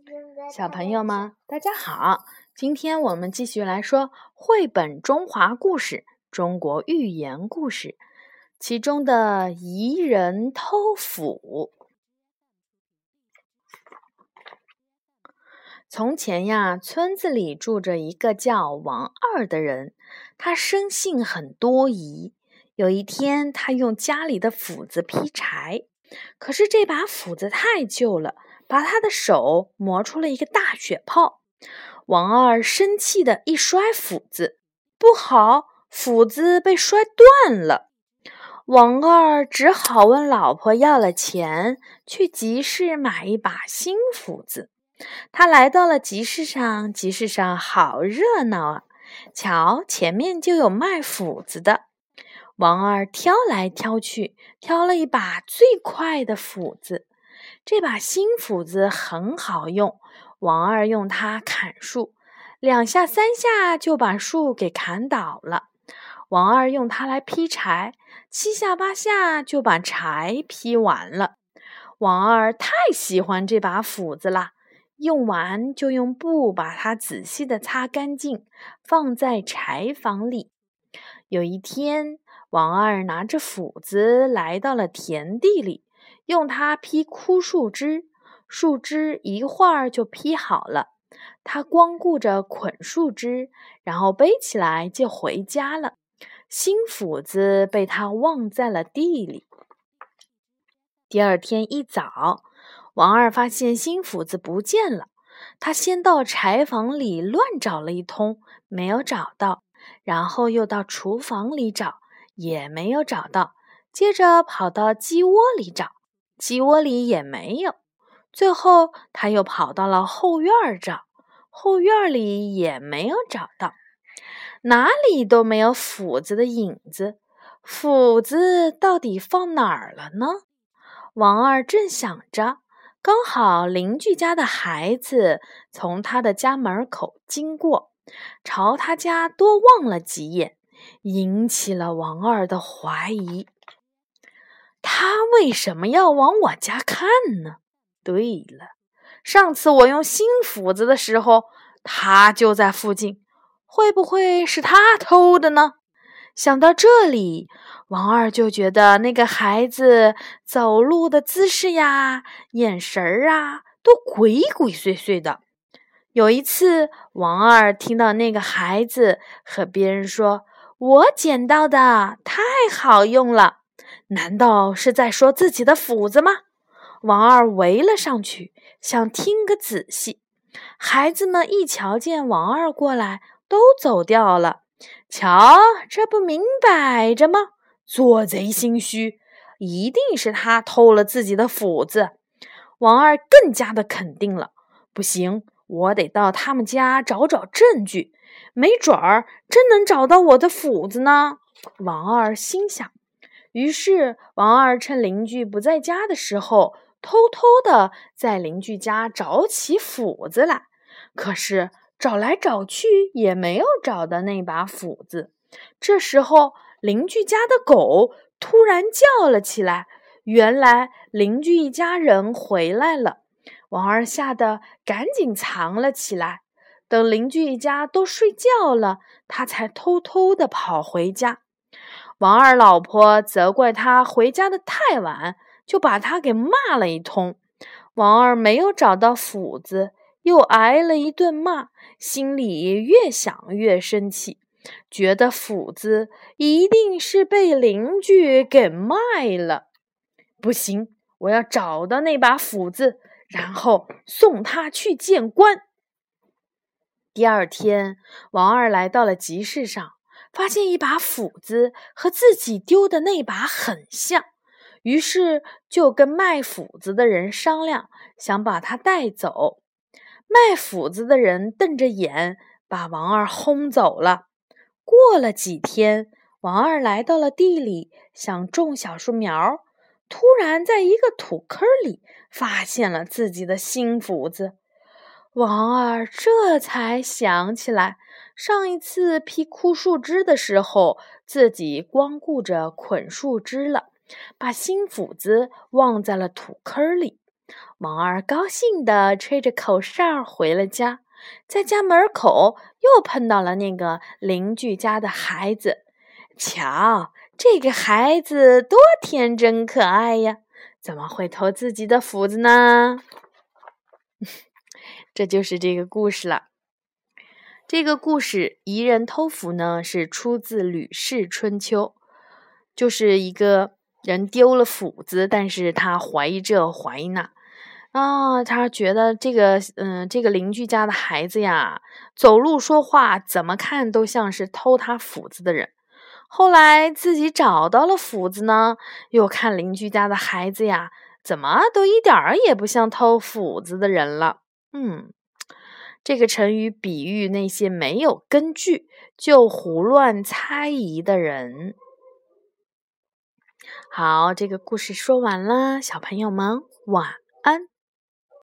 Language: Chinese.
小朋友们，大家好！今天我们继续来说绘本中华故事、中国寓言故事，其中的夷人偷斧。从前呀，村子里住着一个叫王二的人，他生性很多疑。有一天，他用家里的斧子劈柴，可是这把斧子太旧了，把他的手磨出了一个大血泡。王二生气地一摔斧子，不好，斧子被摔断了。王二只好问老婆要了钱，去集市买一把新斧子。他来到了集市上，集市上好热闹啊！瞧，前面就有卖斧子的。王二挑来挑去，挑了一把最快的斧子。这把新斧子很好用，王二用它砍树，2下3下就把树给砍倒了。王二用它来劈柴，7下8下就把柴劈完了。王二太喜欢这把斧子啦，用完就用布把它仔细地擦干净，放在柴房里。有一天，王二拿着斧子来到了田地里，用它劈枯树枝，树枝一会儿就劈好了。他光顾着捆树枝，然后背起来就回家了。新斧子被他忘在了地里。第二天一早，王二发现新斧子不见了。他先到柴房里乱找了一通，没有找到，然后又到厨房里找，也没有找到，接着跑到鸡窝里找，鸡窝里也没有，最后他又跑到了后院找，后院里也没有找到，哪里都没有斧子的影子。斧子到底放哪儿了呢？王二正想着，刚好邻居家的孩子从他的家门口经过，朝他家多望了几眼，引起了王二的怀疑。他为什么要往我家看呢？对了，上次我用新斧子的时候，他就在附近，会不会是他偷的呢？想到这里，王二就觉得那个孩子走路的姿势呀、眼神啊，都鬼鬼祟祟的。有一次，王二听到那个孩子和别人说：“我捡到的，太好用了。”难道是在说自己的斧子吗？王二围了上去，想听个仔细。孩子们一瞧见王二过来，都走掉了。瞧，这不明摆着吗？做贼心虚，一定是他偷了自己的斧子。王二更加的肯定了，不行，我得到他们家找找证据，没准儿真能找到我的斧子呢。王二心想。于是王二趁邻居不在家的时候，偷偷地在邻居家找起斧子来。可是找来找去也没有找到那把斧子。这时候邻居家的狗突然叫了起来，原来邻居一家人回来了。王二吓得赶紧藏了起来，等邻居一家都睡觉了，他才偷偷地跑回家。王二老婆责怪他回家的太晚，就把他给骂了一通。王二没有找到斧子，又挨了一顿骂，心里越想越生气，觉得斧子一定是被邻居给卖了。不行，我要找到那把斧子，然后送他去见官。第二天，王二来到了集市上，发现一把斧子和自己丢的那把很像，于是就跟卖斧子的人商量，想把它带走。卖斧子的人瞪着眼，把王二轰走了。过了几天，王二来到了地里，想种小树苗，突然在一个土坑里发现了自己的新斧子。王二这才想起来，上一次劈枯树枝的时候，自己光顾着捆树枝了，把新斧子忘在了土坑里。 王二高兴地吹着口哨回了家，在家门口又碰到了那个邻居家的孩子。瞧，这个孩子多天真可爱呀，怎么会偷自己的斧子呢？这就是这个故事了。这个故事疑人偷斧呢，是出自《吕氏春秋》，就是一个人丢了斧子，但是他怀疑这怀疑那他觉得这个邻居家的孩子呀，走路说话怎么看都像是偷他斧子的人。后来自己找到了斧子呢，又看邻居家的孩子呀，怎么都一点儿也不像偷斧子的人了。这个成语比喻那些没有根据就胡乱猜疑的人。好，这个故事说完了，小朋友们晚安。